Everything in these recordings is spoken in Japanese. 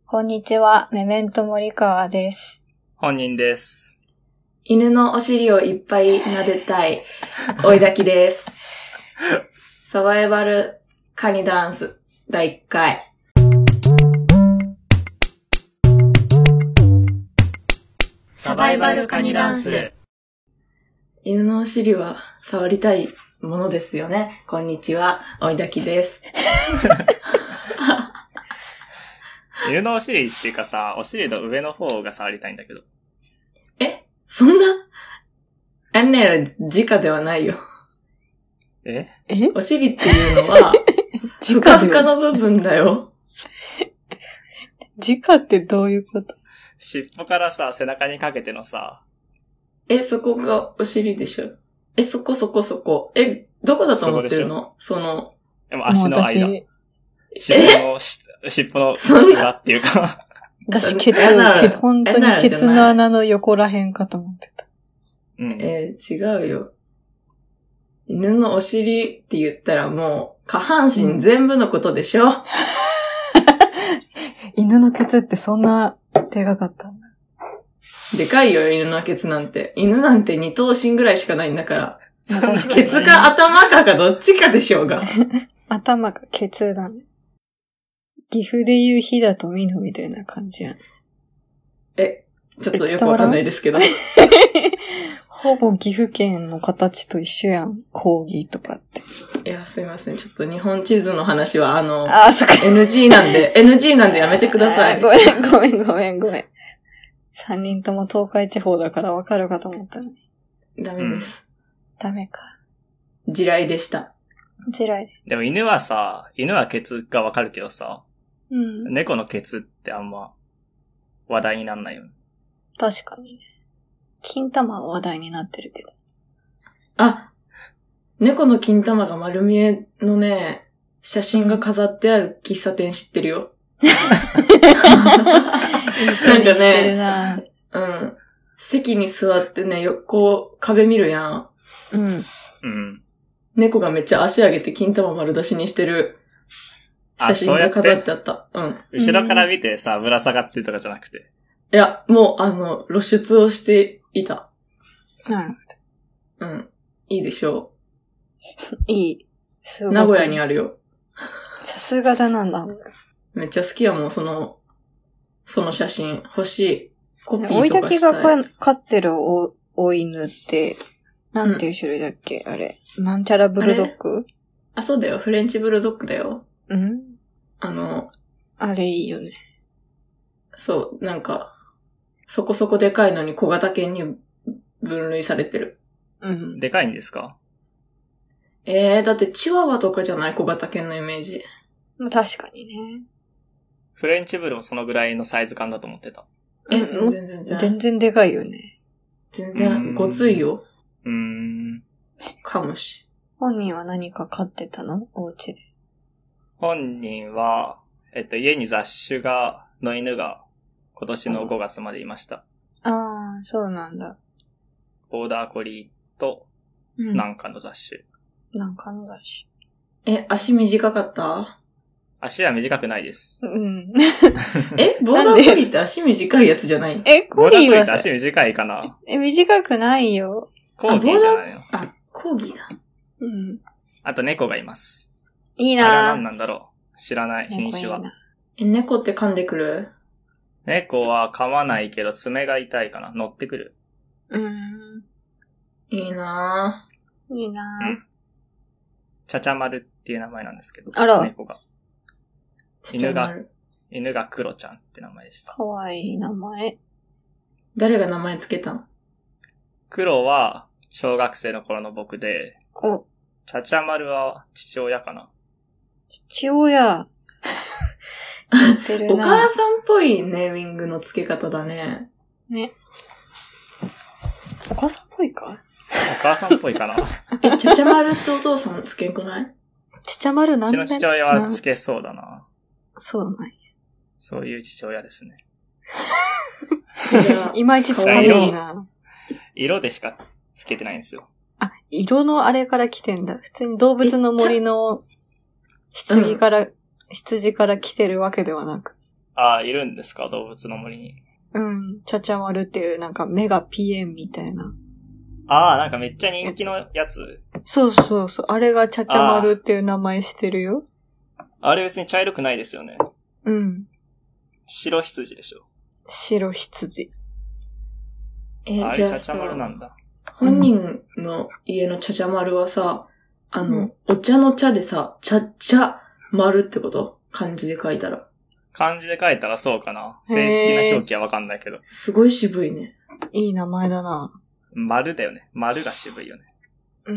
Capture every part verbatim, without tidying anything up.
こんにちは、メメント森川です。 本人です。 犬のお尻をいっぱい撫でたい、追いだきです。サバイバルカニダンスだいいっかい。 サバイバルカニダンス。 犬のお尻は触りたいものですよね。こんにちは、追いだきです。 犬のお尻っていうかさ、お尻の上の方が触りたいんだけど。 えそんなあんね直ではないよ。 ええお尻っていうのは、ふかふかの部分だよ。 直ってどういうこと？ 尻尾からさ、背中にかけてのさ。 え、そこがお尻でしょ？え、そこそこそこ。え、どこだと思ってるの？その。 でも足の間。尻尾の、尻尾の裏っていうか。 私、ケツ、ケツ、本当にケツの穴の横らへんかと思ってた。 うん、えー、違うよ。犬のお尻って言ったらもう、下半身全部のことでしょ、うん、 犬のケツってそんなでかかったんだ。 でかいよ、犬のケツなんて。犬なんて二頭身ぐらいしかないんだから。ケツか頭かがどっちかでしょうが。 頭かケツだね。岐阜で言う日だとミノみたいな感じやん。 え、ちょっとよくわかんないですけど。 ほぼ岐阜県の形と一緒やん。講義とかって。 いや、すいません。ちょっと日本地図の話は、あの、 あ、そっか。 エヌジー なんで、エヌジー なんでやめてください。 ごめん、ごめん、ごめん、ごめん。三人とも東海地方だからわかるかと思ったのに。 ダメです。 うん、ダメか。 地雷でした。 地雷で。 でも犬はさ、犬はケツがわかるけどさ、 うん、 猫のケツってあんま話題になんないよね。 確かに。金玉は話題になってるけど。 あ、猫の金玉が丸見えのね、写真が飾ってある喫茶店知ってるよ。 なんかね、なうん。席に座ってね、横、壁見るやん。 うん。 うん。 猫がめっちゃ足上げて金玉丸出しにしてる写真が飾ってあった。うん。 後ろから見てさ、ぶら下がってるとかじゃなくて。 いや、もう、あの、露出をしていた。 なるほど。うん。いいでしょう。いい。 名古屋にあるよ。 さすがだなんだ。 めっちゃ好きやもん、その、その写真。欲しい。コピーとかしたい。 追いだきが飼ってるお、お犬って、なんていう種類だっけ、うん、あれ。なんちゃらブルドッグ？ あ, あ、そうだよ。フレンチブルドッグだよ。 うんあの、 あれいいよね。 そう、なんか、そこそこでかいのに小型犬に分類されてる。 うん。 でかいんですか？ えー、だってチワワとかじゃない小型犬のイメージ。 確かにね。 フレンチブルもそのぐらいのサイズ感だと思ってた。 え、全然全然。 全然でかいよね。 全然、ごついよ。 うーん。 かもし。 本人は何か飼ってたの？お家で。 本人は、えっと、家に雑種が、の犬が、今年のごがつまでいました。 ああ、そうなんだ。 ボーダーコリーと、なんかの雑種。 うん、なんかの雑種。え、足短かった？ 足は短くないです。 うん。 え、ボーダーコリーって足短いやつじゃない？ え、コリーはボーダーコリーって足短いかな？ え、短くないよ。 コーギーじゃないの。 あ、コーギーだ。 うん。 あと猫がいます。 いいなぁ。 あれは何なんだろう。知らない品種は。 いいえ、猫って噛んでくる？ 猫は噛まないけど爪が痛いかな。乗ってくる。 うーん。 いいなぁ。いいなぁ。うん。 ちゃちゃまるっていう名前なんですけど。 あら。 猫が。犬が、犬がクロちゃんって名前でした。 かわいい名前。 誰が名前つけたの？ クロは小学生の頃の僕で、 お。 ちゃちゃまるは父親かな。 父親。 お母さんっぽいネーミングの付け方だね。 ね。お母さんっぽいか？ お母さんっぽいかな。 え、ちゃちゃまるってお父さんつけんくない？ ちゃちゃまるなんで？ うちの父親はつけそうだな。 そうなんや。 そういう父親ですね。 いまいちつかめいな。 色でしかつけてないんですよ。 あ、色のあれから来てんだ。普通に動物の森の羊から、うん、羊から来てるわけではなく。 ああ、いるんですか動物の森に。 うん。ちゃちゃ丸っていうなんか目がピエンみたいな。 ああ、なんかめっちゃ人気のやつ。 そうそうそう。あれがちゃちゃ丸っていう名前してるよ。 あれ別に茶色くないですよね。 うん。 白羊でしょ。 白羊。 え、 あれじゃあちゃちゃ丸さ、 なんだ。 本人の家のちゃちゃ丸はさ、あの、 うん、 お茶の茶でさ、ちゃっちゃ丸ってこと？漢字で書いたら。 漢字で書いたらそうかな。正式な表記はわかんないけど。 すごい渋いね。 いい名前だな。 丸だよね。丸が渋いよね。 うん。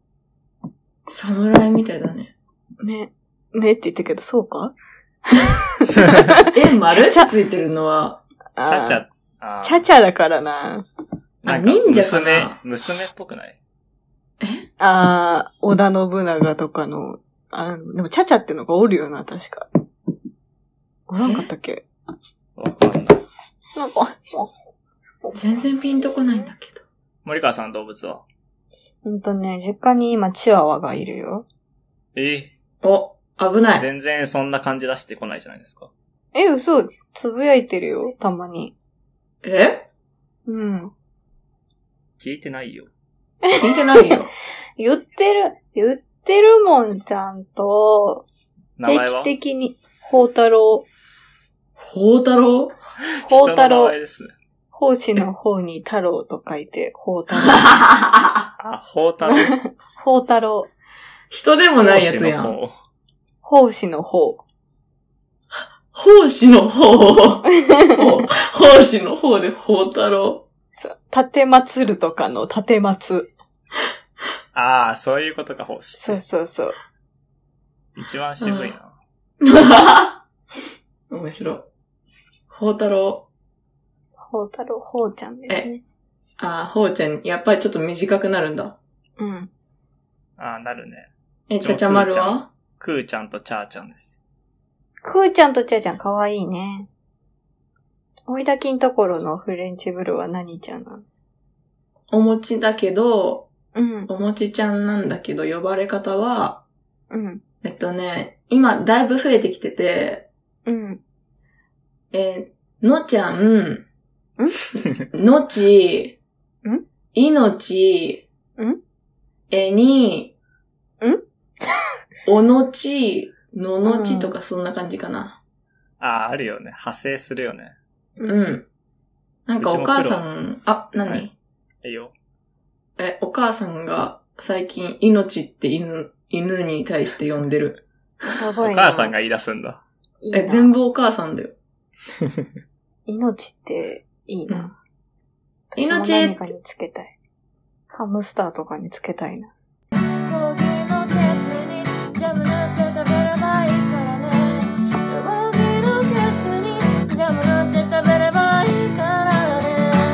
侍みたいだね。 ね。ねって言ったけど、そうかえ、丸ちゃちゃついてるのは、 ちゃちゃ、あちゃちゃだからな。 なんか忍者か娘な、 娘っぽくない？ ああ、織田信長とかの、あでもちゃちゃってのがおるよな、確か。おらんかったっけ？ わかんない。 なんか、 全然ピンとこないんだけど。 森川さん動物は？ ほんとね、実家に今チワワがいるよ。 えお、危ない。 全然そんな感じ出してこないじゃないですか。 え、嘘、つぶやいてるよ、たまに。 え？ うん。 聞いてないよ。 聞いてないよ。 言ってる、言ってるもん、ちゃんと。定名前は？ 期的に、宝太郎。 宝太郎？ 宝太郎人の名前。ですね。 宝子の方に太郎と書いて、宝太郎。 あ、宝太郎。 宝太郎。 人でもないやつやん。 方。 宝子の方。 奉仕の方。奉仕の方で宝太郎。 そう。立てまつるとかの立てまつ。 ああ、そういうことか、宝子。 そうそうそう。 一番渋いな。 面白い。宝太郎。 宝太郎、宝ちゃんですね。 ああ、ほうちゃん、やっぱりちょっと短くなるんだ。 うん。 ああ、なるね。 え、ちゃちゃ丸は？ クーちゃんとチャーちゃんです。 くーちゃんとちゃちゃんかわいいね。おいだきんところのフレンチブルは何ちゃんなの？ お餅だけど、 うん。 お餅ちゃんなんだけど、呼ばれ方は、 うん。 えっとね、今だいぶ増えてきてて、 うん。 えー、のちゃん、 んのち、 んいのち、 んえに、 んおのち、ののちとかそんな感じかな。 ああ、あるよね。派生するよね。 うん。なんかお母さん、あ、何、 はい、いいよ。 え、お母さんが最近、命って犬、犬に対して呼んでる。 やばいな。 お母さんが言い出すんだ。 いいな。 え、全部お母さんだよ。 命っていいな。 うん私も命何かにつけたい。ハムスターとかにつけたいな。 コーヒーのケツにジャム塗って食べればいいからね。コーヒーのケツにジャム塗って食べればいいから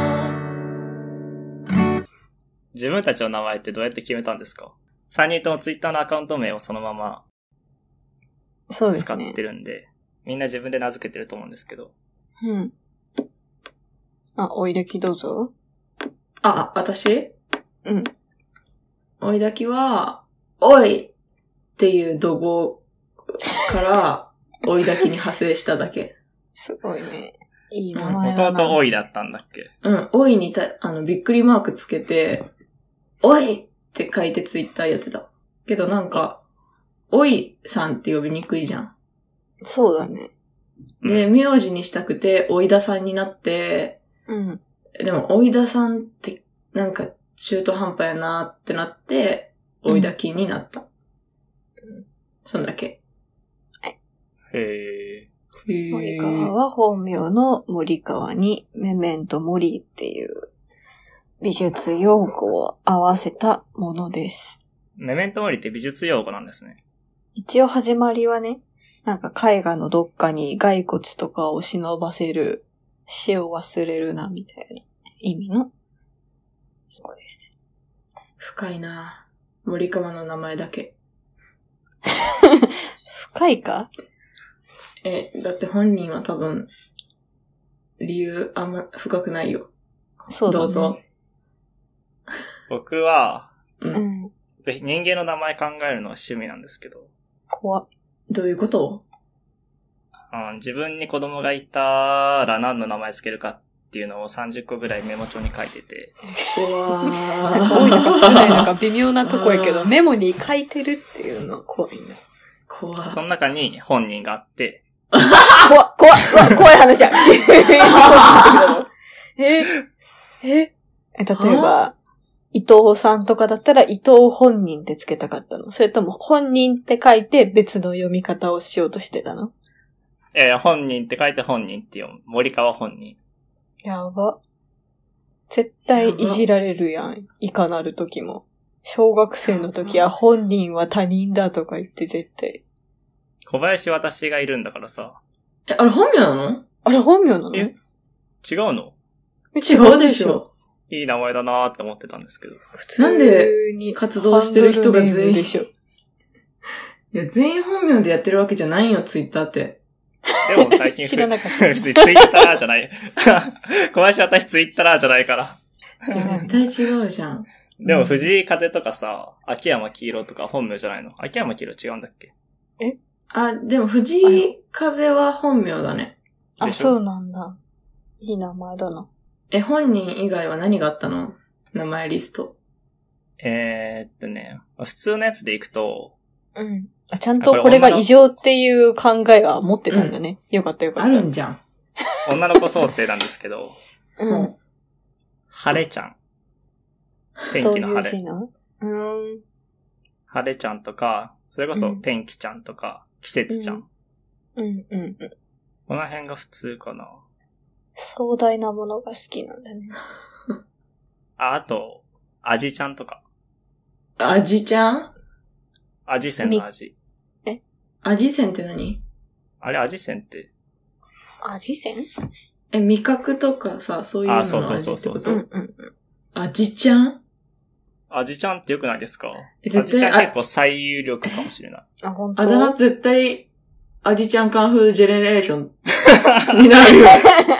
ね。 自分たちの名前ってどうやって決めたんですか？さんにんともツイッターのアカウント名をそのままそうですね。 使ってるんで、みんな自分で名付けてると思うんですけど。 うん。あ、おいできどうぞ。 あ、私？ うん。 おいだきは、おいっていう怒号から、おいだきに派生しただけ。 すごいね。いい名前だな。 弟おいだったんだっけ？ うん、おいにた、あの、びっくりマークつけて、おいって書いてツイッターやってた。けどなんか、おいさんって呼びにくいじゃん。 そうだね。 で、名字にしたくて、おいださんになって、 うん。 でも、おいださんって、なんか、中途半端やなってなって、おいだきになった。 うん。 そんだけ。 へえ。 へ森川は本名の森川にメメントモリっていう美術用語を合わせたものです。 メメントモリって美術用語なんですね。 一応始まりはね、なんか絵画のどっかに骸骨とかを忍ばせる死を忘れるなみたいな意味のそうです。 深いなぁ。森川の名前だけ。 深いか？ え、だって本人は多分、理由あんま深くないよ。 そうだね。 どうぞ。 僕は、 う。 うんん。 人間の名前考えるのは趣味なんですけど、 怖っ。 どういうこと？ うん、自分に子供がいたら何の名前つけるかっていうのをさんじゅっこぐらいメモ帳に書いてて。 うわ多いのか少ないのか微妙なとこやけど、メモに書いてるっていうのは怖いな。 怖い。 その中に本人があって、 怖っ、怖っ、怖い話や。えええ、例えば、伊藤さんとかだったら伊藤本人ってつけたかったの？それとも本人って書いて別の読み方をしようとしてたの？ えー、本人って書いて本人って読む。森川本人。 やば。絶対いじられるやん。いかなる時も。小学生の時は本人は他人だとか言って絶対。 小林私がいるんだからさ。 え、あれ本名なの？ あれ本名なの？ え違うの？ 違うでしょ。 いい名前だなーって思ってたんですけど。 普通なんでに活動してる人が全員ハンドルネームでしょ。 いや、全員本名でやってるわけじゃないよ、ツイッターって。 でも最近知らなかった別にツイッターじゃない。小林私ツイッターじゃないから。 絶対違うじゃん。 でも藤井風とかさ、秋山黄色とか本名じゃないの？秋山黄色違うんだっけ？ あ、でも藤井風は本名だね。 あ、そうなんだ。いい名前だな。 え、本人以外は何があったの？名前リスト。 えーっとね、普通のやつでいくと、 うん。あ、ちゃんとこれが異常っていう考えは持ってたんだね。うん、よかったよかった。 あるんじゃん。 女の子想定なんですけど、 うん。 晴れちゃん。天気の晴れ。 どういう字なの？うーん。 晴れちゃんとか、それこそ天気ちゃんとか、うん、季節ちゃん。 うん、うん、うん。 この辺が普通かな。 壮大なものが好きなんだね。 あ、あと、味ちゃんとか。 味ちゃん？ 味仙の味。 え？ 味仙って何？ あれ味仙って。 味仙？ え、味覚とかさ、そういうのの味ってこと？ あ、そうそうそうそう。 うんうんうん。 味ちゃん？ 味ちゃんって良くないですか？ え、絶対味ちゃん結構最有力かもしれない。 あ、ほんと？ あだ名絶対、味ちゃんカンフージェネレーションになるよ。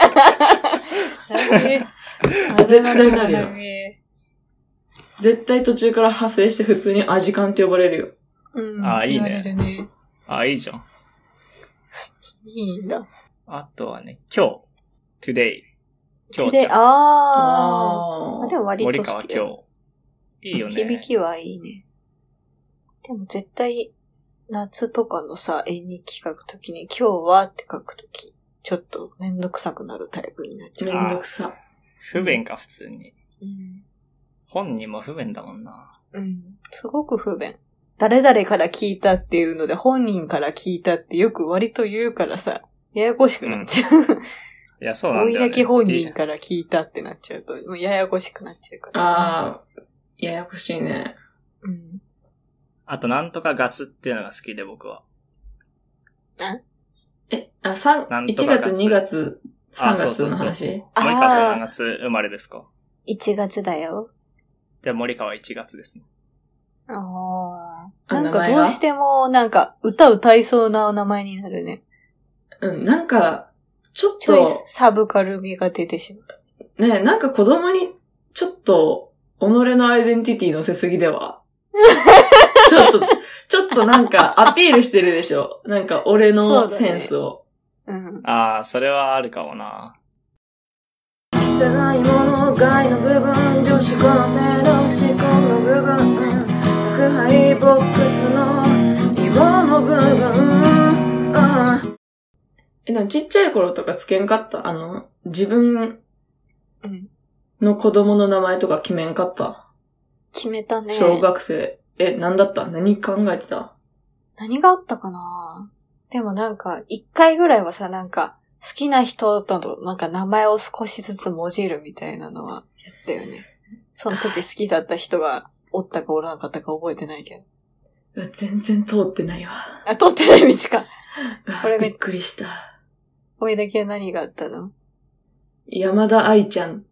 あ、絶対なるよ。絶対途中から派生して普通に味カンって呼ばれるよ。 うん。 あ、いいね。 ねあ、いいじゃん。 いいんだ。 あとはね、今日。today。今日ちゃん。 ああ。あ、でも割と好き。 森川今日。いいよね。 響きはいいね。でも絶対、夏とかのさ、絵日記書くときに、今日はって書くとき、ちょっとめんどくさくなるタイプになっちゃう。 めんどくさ。 不便か、普通に。 うん。 本人も不便だもんな。 うん。すごく不便。誰々から聞いたっていうので、本人から聞いたってよく割と言うからさ、ややこしくなっちゃう。うん、 いや、そうなんだよね。 追いだけ本人から聞いたってなっちゃうと、もうややこしくなっちゃうから。 ああ、ややこしいね。 うん。 あと、なんとかガツっていうのが好きで、僕は。 あえ、あ、三、いちがつ、にがつ、さんがつの話？ そうそうそう。森川さん何月生まれですか？ いちがつだよ。 じゃあ森川いちがつですね。 ああ。なんかどうしても、なんか歌歌いそうなお名前になるね。 うん、なんか、ちょっと。 ちょいサブカル味が出てしまう。ねえ、なんか子供に、ちょっと、己のアイデンティティ乗せすぎではちょっと、ちょっとなんかアピールしてるでしょ。なんか俺のセンスを。 うね、うん。 ああ、それはあるかもな。 じゃがいもの害の部分、女子高生の思考の部分、宅配ボックスのイボの部分、あえ、でもちっちゃい頃とかつけんかった？あの、自分の子供の名前とか決めんかった？ 決めたね。 小学生。え、なんだった？何考えてた？ 何があったかな？でもなんか、一回ぐらいはさ、なんか、好きな人との、なんか名前を少しずつもじるみたいなのはやったよね。その時好きだった人がおったかおらなかったか覚えてないけど。全然通ってないわ。 あ、通ってない道か。 これびっくりした。 おいだけは何があったの？ 山田愛ちゃん。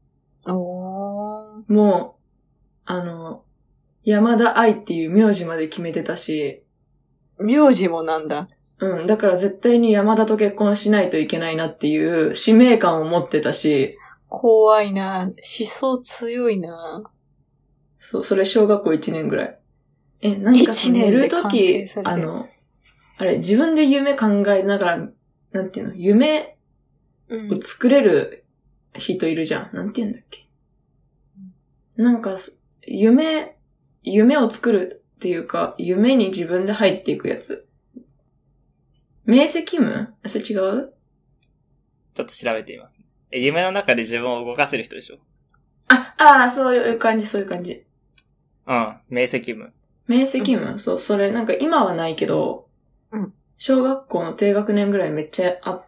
おー。 もう、あの、山田愛っていう名字まで決めてたし。 名字もなんだ。 うん。だから絶対に山田と結婚しないといけないなっていう使命感を持ってたし。 怖いな。思想強いな。 そう、それ小学校いちねんぐらい。え、なんか寝るとき、あの、あれ、自分で夢考えながらなんていうの、夢うんを作れる人いるじゃん。なんていうんだっけ。なんか、夢、夢を作るっていうか、夢に自分で入っていくやつ。明晰夢？あ、それ違う？ ちょっと調べてみます。え、夢の中で自分を動かせる人でしょ？ あ、ああ、そういう感じ、そういう感じ。 うん。明晰夢。 明晰夢、うん、そう、それなんか今はないけど、 うん、 小学校の低学年ぐらいめっちゃあって、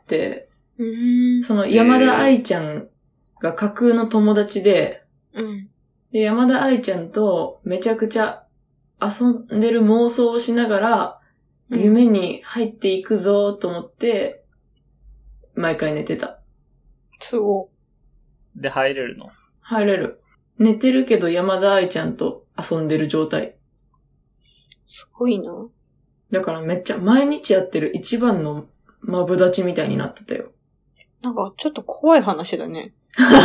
うーんその山田愛ちゃんが架空の友達で、 うん、 で、山田愛ちゃんとめちゃくちゃ遊んでる妄想をしながら、うん、夢に入っていくぞと思って、毎回寝てた。 すごい。で、入れるの？ 入れる。寝てるけど山田愛ちゃんと遊んでる状態。 すごいな。 だからめっちゃ毎日やってる一番のマブダチみたいになってたよ。 なんかちょっと怖い話だね。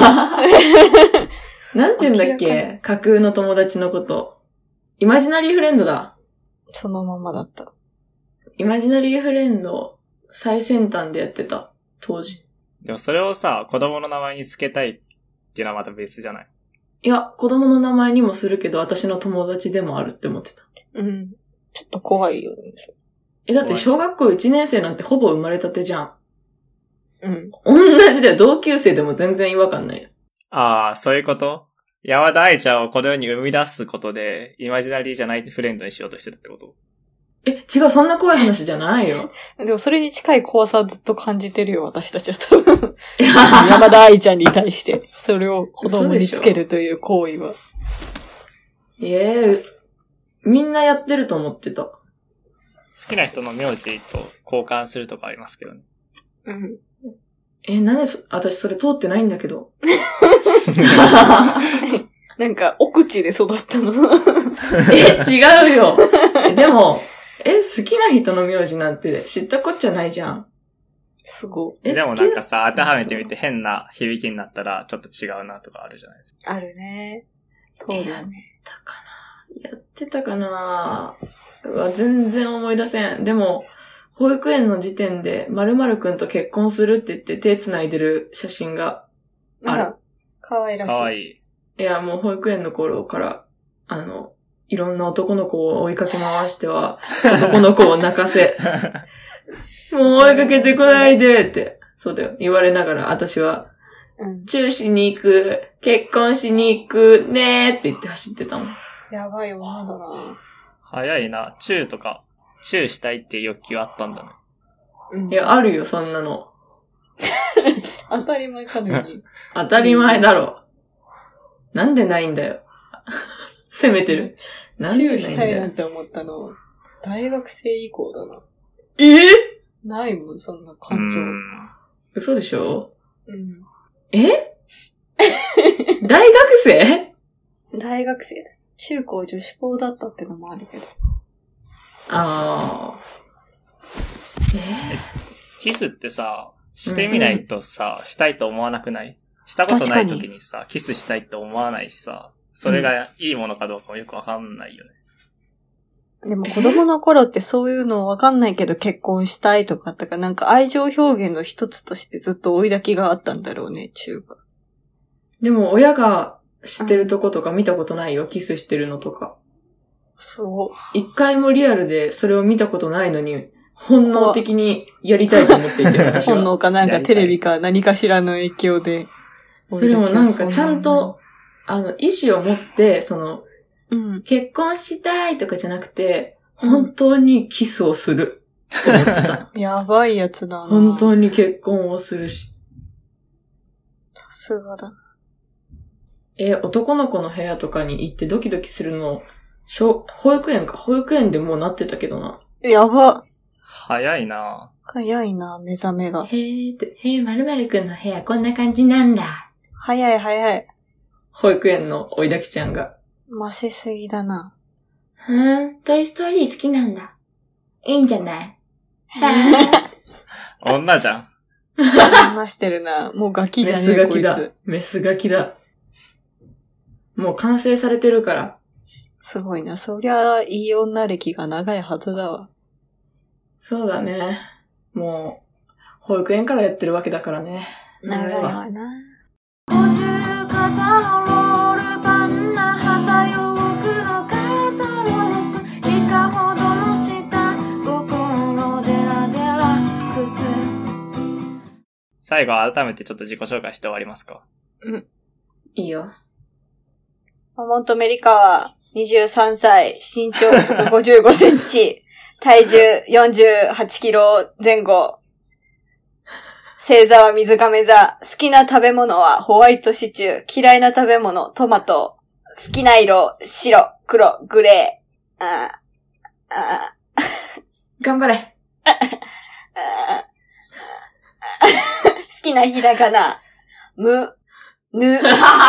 なんて言うんだっけ？架空の友達のこと。イマジナリーフレンドだ。 そのままだった。 イマジナリーフレンド最先端でやってた。当時。 でもそれをさ、子供の名前につけたいっていうのはまた別じゃない？ いや、子供の名前にもするけど、私の友達でもあるって思ってた。 うん。ちょっと怖いよね。 え、だって小学校いちねん生なんてほぼ生まれたてじゃん。 うん。 同じだよ。同級生でも全然違和感ないよ。 ああ、そういうこと？山田愛ちゃんをこの世に生み出すことで、イマジナリーじゃないフレンドにしようとしてたってこと？ え、違う、そんな怖い話じゃないよ。 でもそれに近い怖さをずっと感じてるよ、私たちは多分。山田愛ちゃんに対して、それを子供につけるという行為は。 ええー、みんなやってると思ってた。好きな人の名字と交換するとかありますけどね。 うん。 え、なんでそ、私それ通ってないんだけど。 なんか、奥地で育ったの。 え、違うよ。でも、え、好きな人の名字なんて知ったこっちゃないじゃん。 すごい。 え、でもなんかさ、当てはめてみて変な響きになったらちょっと違うなとかあるじゃないですか。 あるね。通るよね。 やったかなやってたかなうわ、全然思い出せん。でも、保育園の時点で〇〇くんと結婚するって言って手繋いでる写真がある。 かわいらしい。 かわいい。 いや、もう保育園の頃から、あの、いろんな男の子を追いかけ回しては、男の子を泣かせ、もう追いかけてこないでって、そうだよ、言われながら、私は、うん、チューしに行く、結婚しに行く、ねーって言って走ってたもん。 やばい女だな。 早いな。チューとか、チューしたいっていう欲求あったんだね。 うん、いや、あるよ、そんなの。 当たり前かのに。 当たり前だろ。なんでないんだよ。責めてる。 なんでないんだよ。チューしたいなんて思ったの、大学生以降だな。 えぇ、 ないもん、そんな感情。 嘘でしょ？ うん。 え大学生？ 大学生だ。中高女子校だったってのもあるけど。 あー。 えキスってさ、してみないとさ、うん、したいと思わなくない？したことない時にさ、キスしたいって思わないしさ、それがいいものかどうかもよくわかんないよね。 でも子供の頃ってそういうのわかんないけど結婚したいとかあったから、なんか愛情表現の一つとしてずっと追い抱きがあったんだろうね、中華。 でも親が知ってるとことか見たことないよ、うん、キスしてるのとか。 そう。 一回もリアルでそれを見たことないのに、本能的にやりたいと思っていて、私は。 本能かなんかテレビか何かしらの影響で。 それもなんかちゃんと、あの、意思を持って、その、うん、結婚したいとかじゃなくて、本当にキスをする。と思ってた。 やばいやつだな。 本当に結婚をするし。 さすがだな。 え、男の子の部屋とかに行ってドキドキするの、小、保育園か。保育園でもうなってたけどな。 やば。 早いな。 早いな、目覚めが。 へーって、へー、〇〇くんの部屋こんな感じなんだ。 早い早い。 保育園の追いだきちゃんが。 ませすぎだな。 ふーん、トイストーリー好きなんだ。いいんじゃない女じゃん。 話してるな。もうガキじゃねえ、 メスガキだ。メスガキだ。もう完成されてるから。 すごいな。そりゃ、いい女歴が長いはずだわ。 そうだね。もう、 保育園からやってるわけだからね。 長いわな。 五十肩のロールパンな旗よくのカタロスいかほどの下心デラデラクス。 最後改めてちょっと自己紹介して終わりますか。 うん。 いいよ。 モントメリカはにじゅうさんさい、身長ひゃくごじゅうごセンチ、体重よんじゅうはちキロ前後。星座は水亀座。好きな食べ物はホワイトシチュー。嫌いな食べ物、トマト。好きな色、白、黒、グレー。あーあー頑張れ。 好きなひらがな、む、ぬ。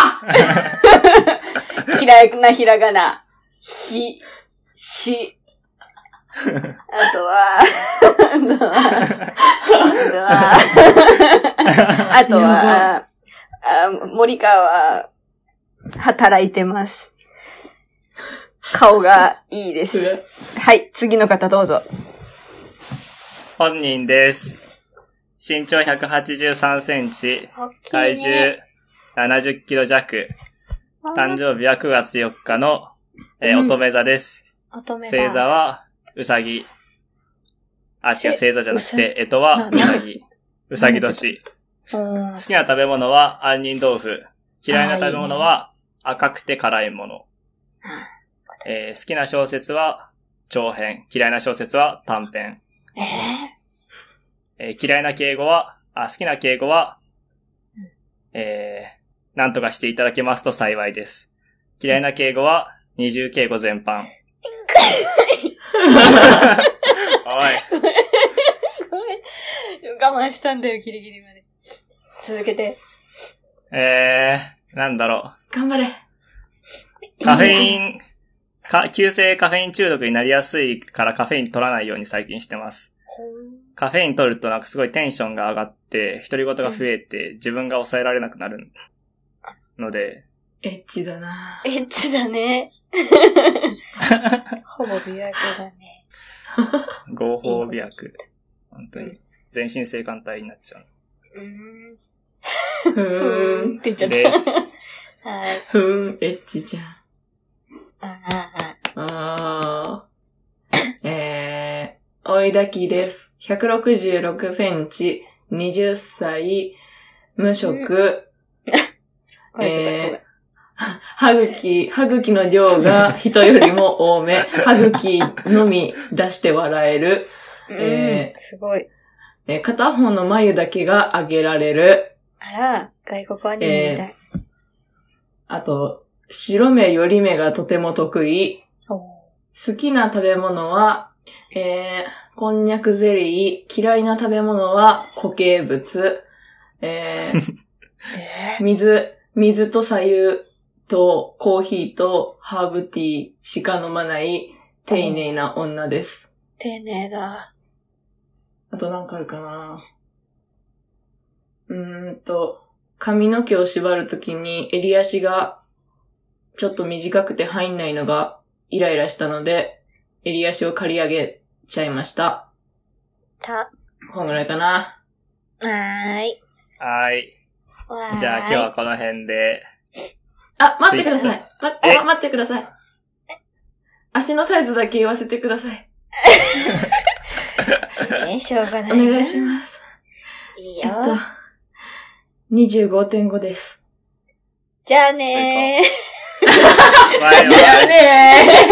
嫌いなひらがな、ひ、し。あとは、あとは、あとは、あとは、森川は、働いてます。顔がいいです。はい、次の方どうぞ。 本人です。身長ひゃくはちじゅうさんセンチ、体重ななじゅっキロ弱、誕生日はくがつよっかの、えー、乙女座です。 乙女座。 星座はうさぎ。あ、違う、星座じゃなくて、えとはうさぎ。うさぎ年。好きな食べ物は杏仁豆腐。嫌いな食べ物は赤くて辛いもの。えー、好きな小説は長編。嫌いな小説は短編。 えーえー、嫌いな敬語は、あ、好きな敬語は、えー、なんとかしていただけますと幸いです。嫌いな敬語は二重敬語全般。おい。 ごめん。我慢したんだよ、ギリギリまで。続けて。 えー、なんだろう。頑張れ。 カフェイン、か、急性カフェイン中毒になりやすいからカフェイン取らないように最近してます。カフェイン取るとなんかすごいテンションが上がって、独り言が増えて、自分が抑えられなくなるので。 エッチだな。 エッチだね。ほぼ美薬だね。 合法美薬。本当に。全身性感帯になっちゃう。 うーん。 ふーんって言っちゃった。 です。 はい。 ふーん、エッチじゃん。 あああー。えー、おいだきです。ひゃくろくじゅうろくセンチ、はたち、無職。 これちょっとごめん。 歯茎、歯茎の量が人よりも多め。歯茎のみ出して笑える。 えー、すごい。 えー、片方の眉だけが上げられる。 あら、外国アニメみたい。 えー、あと、白目より目がとても得意。好きな食べ物は、えー、こんにゃくゼリー。嫌いな食べ物は固形物。えーえー、 水、水と左右とコーヒーとハーブティーしか飲まない丁寧な女です。 丁寧だ。 あとなんかあるかな。うーんと、髪の毛を縛るときに襟足がちょっと短くて入んないのがイライラしたので、襟足を刈り上げちゃいました。 た。 こんぐらいかな。 はーい。 はーい。じゃあ今日はこの辺で。 あ、待ってください。待って、待ってください。足のサイズだけ言わせてください。 ね、しょうがない。 お願いします。 いいよ。 えっと、にじゅうごてんごです。 じゃあねー。 バイバイ。 じゃあねー。